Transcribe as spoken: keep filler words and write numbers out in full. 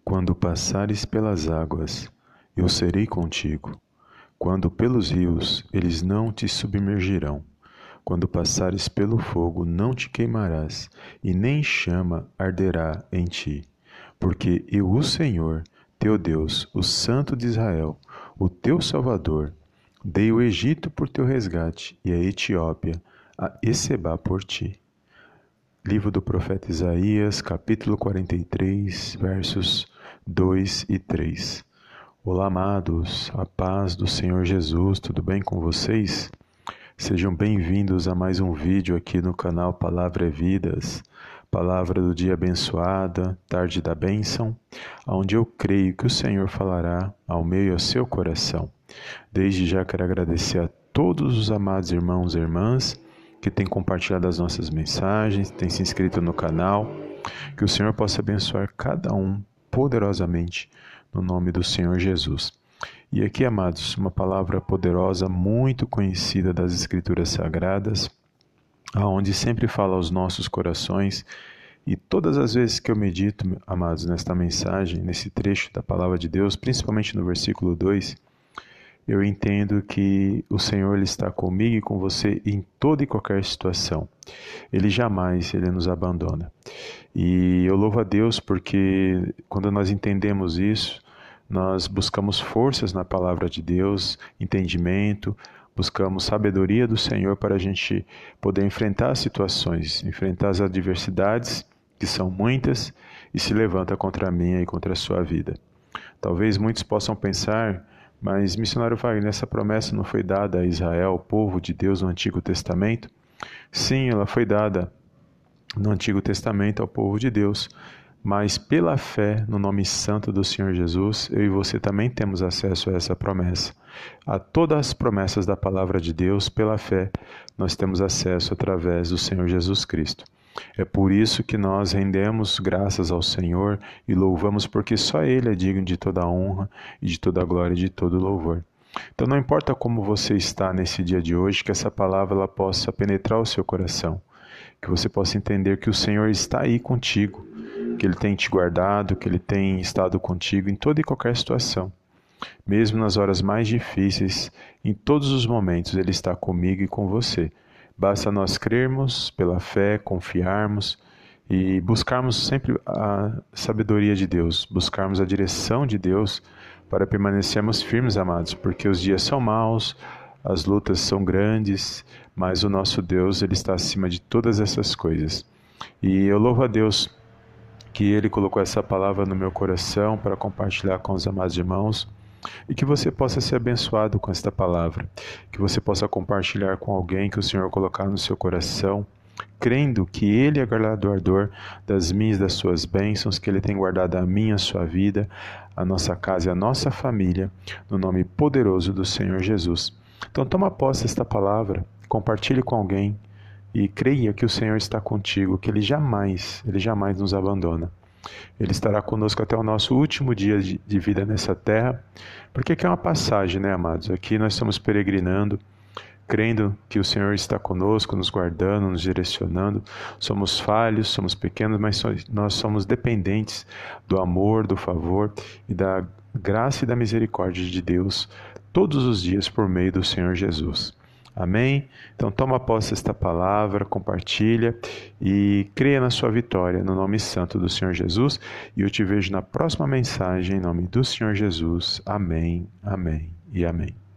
Quando passares pelas águas, eu serei contigo. Quando pelos rios, eles não te submergirão. Quando passares pelo fogo, não te queimarás, e nem chama arderá em ti. Porque eu, o Senhor, teu Deus, o Santo de Israel, o teu Salvador, dei o Egito por teu resgate, e a Etiópia a Esebá por ti. Livro do profeta Isaías, capítulo quarenta e três, versos dois e três. Olá, amados, a paz do Senhor Jesus, tudo bem com vocês? Sejam bem-vindos a mais um vídeo aqui no canal Palavra é Vidas, Palavra do Dia Abençoada, Tarde da Bênção, onde eu creio que o Senhor falará ao meu e ao seu coração. Desde já quero agradecer a todos os amados irmãos e irmãs que têm compartilhado as nossas mensagens, têm se inscrito no canal, que o Senhor possa abençoar cada um poderosamente no nome do Senhor Jesus. E aqui, amados, uma palavra poderosa, muito conhecida das Escrituras Sagradas, aonde sempre fala aos nossos corações, e todas as vezes que eu medito, amados, nesta mensagem, nesse trecho da palavra de Deus, principalmente no versículo dois, eu entendo que o Senhor ele está comigo e com você em toda e qualquer situação. Ele jamais ele nos abandona. E eu louvo a Deus porque quando nós entendemos isso, nós buscamos forças na palavra de Deus, entendimento, buscamos sabedoria do Senhor para a gente poder enfrentar as situações, enfrentar as adversidades, que são muitas, e se levanta contra a minha e contra a sua vida. Talvez muitos possam pensar, mas missionário Wagner, essa promessa não foi dada a Israel, o povo de Deus no Antigo Testamento? Sim, ela foi dada no Antigo Testamento ao povo de Deus, mas pela fé no nome santo do Senhor Jesus, eu e você também temos acesso a essa promessa. A todas as promessas da palavra de Deus, pela fé, nós temos acesso através do Senhor Jesus Cristo. É por isso que nós rendemos graças ao Senhor e louvamos, porque só Ele é digno de toda a honra e de toda a glória e de todo o louvor. Então não importa como você está nesse dia de hoje, que essa palavra ela possa penetrar o seu coração, que você possa entender que o Senhor está aí contigo, que Ele tem te guardado, que Ele tem estado contigo em toda e qualquer situação. Mesmo nas horas mais difíceis, em todos os momentos Ele está comigo e com você. Basta nós crermos pela fé, confiarmos e buscarmos sempre a sabedoria de Deus, buscarmos a direção de Deus para permanecermos firmes, amados, porque os dias são maus, as lutas são grandes, mas o nosso Deus ele está acima de todas essas coisas. E eu louvo a Deus que Ele colocou essa palavra no meu coração para compartilhar com os amados irmãos e que você possa ser abençoado com esta palavra, que você possa compartilhar com alguém que o Senhor colocar no seu coração, crendo que Ele é galardoador das minhas e das suas bênçãos, que Ele tem guardado a minha, a sua vida, a nossa casa e a nossa família, no nome poderoso do Senhor Jesus. Então toma posse desta palavra, compartilhe com alguém, e creia que o Senhor está contigo, que Ele jamais, Ele jamais nos abandona. Ele estará conosco até o nosso último dia de, de vida nessa terra, porque aqui é uma passagem, né, amados? Aqui nós estamos peregrinando, crendo que o Senhor está conosco, nos guardando, nos direcionando. Somos falhos, somos pequenos, mas nós somos dependentes do amor, do favor e da graça e da misericórdia de Deus todos os dias por meio do Senhor Jesus. Amém? Então toma posse desta palavra, compartilha e creia na sua vitória, no nome santo do Senhor Jesus. E eu te vejo na próxima mensagem, em nome do Senhor Jesus. Amém, amém e amém.